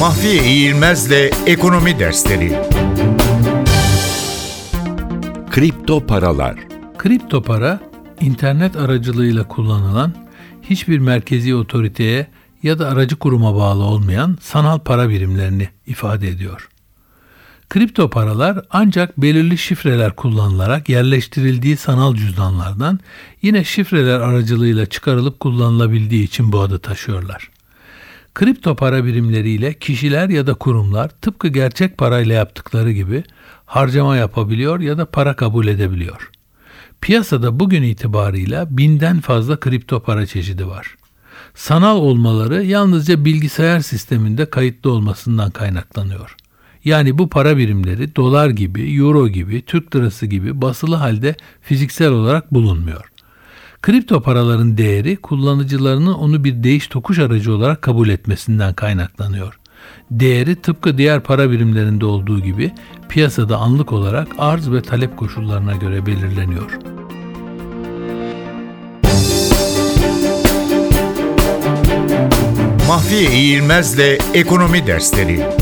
Mahfiye İğilmez'le Ekonomi Dersleri. Kripto paralar. Kripto para, internet aracılığıyla kullanılan, hiçbir merkezi otoriteye ya da aracı kuruma bağlı olmayan sanal para birimlerini ifade ediyor. Kripto paralar ancak belirli şifreler kullanılarak yerleştirildiği sanal cüzdanlardan yine şifreler aracılığıyla çıkarılıp kullanılabildiği için bu adı taşıyorlar. Kripto para birimleriyle kişiler ya da kurumlar tıpkı gerçek parayla yaptıkları gibi harcama yapabiliyor ya da para kabul edebiliyor. Piyasada bugün itibarıyla 1000'den fazla kripto para çeşidi var. Sanal olmaları yalnızca bilgisayar sisteminde kayıtlı olmasından kaynaklanıyor. Yani bu para birimleri dolar gibi, euro gibi, Türk lirası gibi basılı halde fiziksel olarak bulunmuyor. Kripto paraların değeri kullanıcılarının onu bir değiş tokuş aracı olarak kabul etmesinden kaynaklanıyor. Değeri tıpkı diğer para birimlerinde olduğu gibi piyasada anlık olarak arz ve talep koşullarına göre belirleniyor. Mahfiye İğilmez'le Ekonomi Dersleri.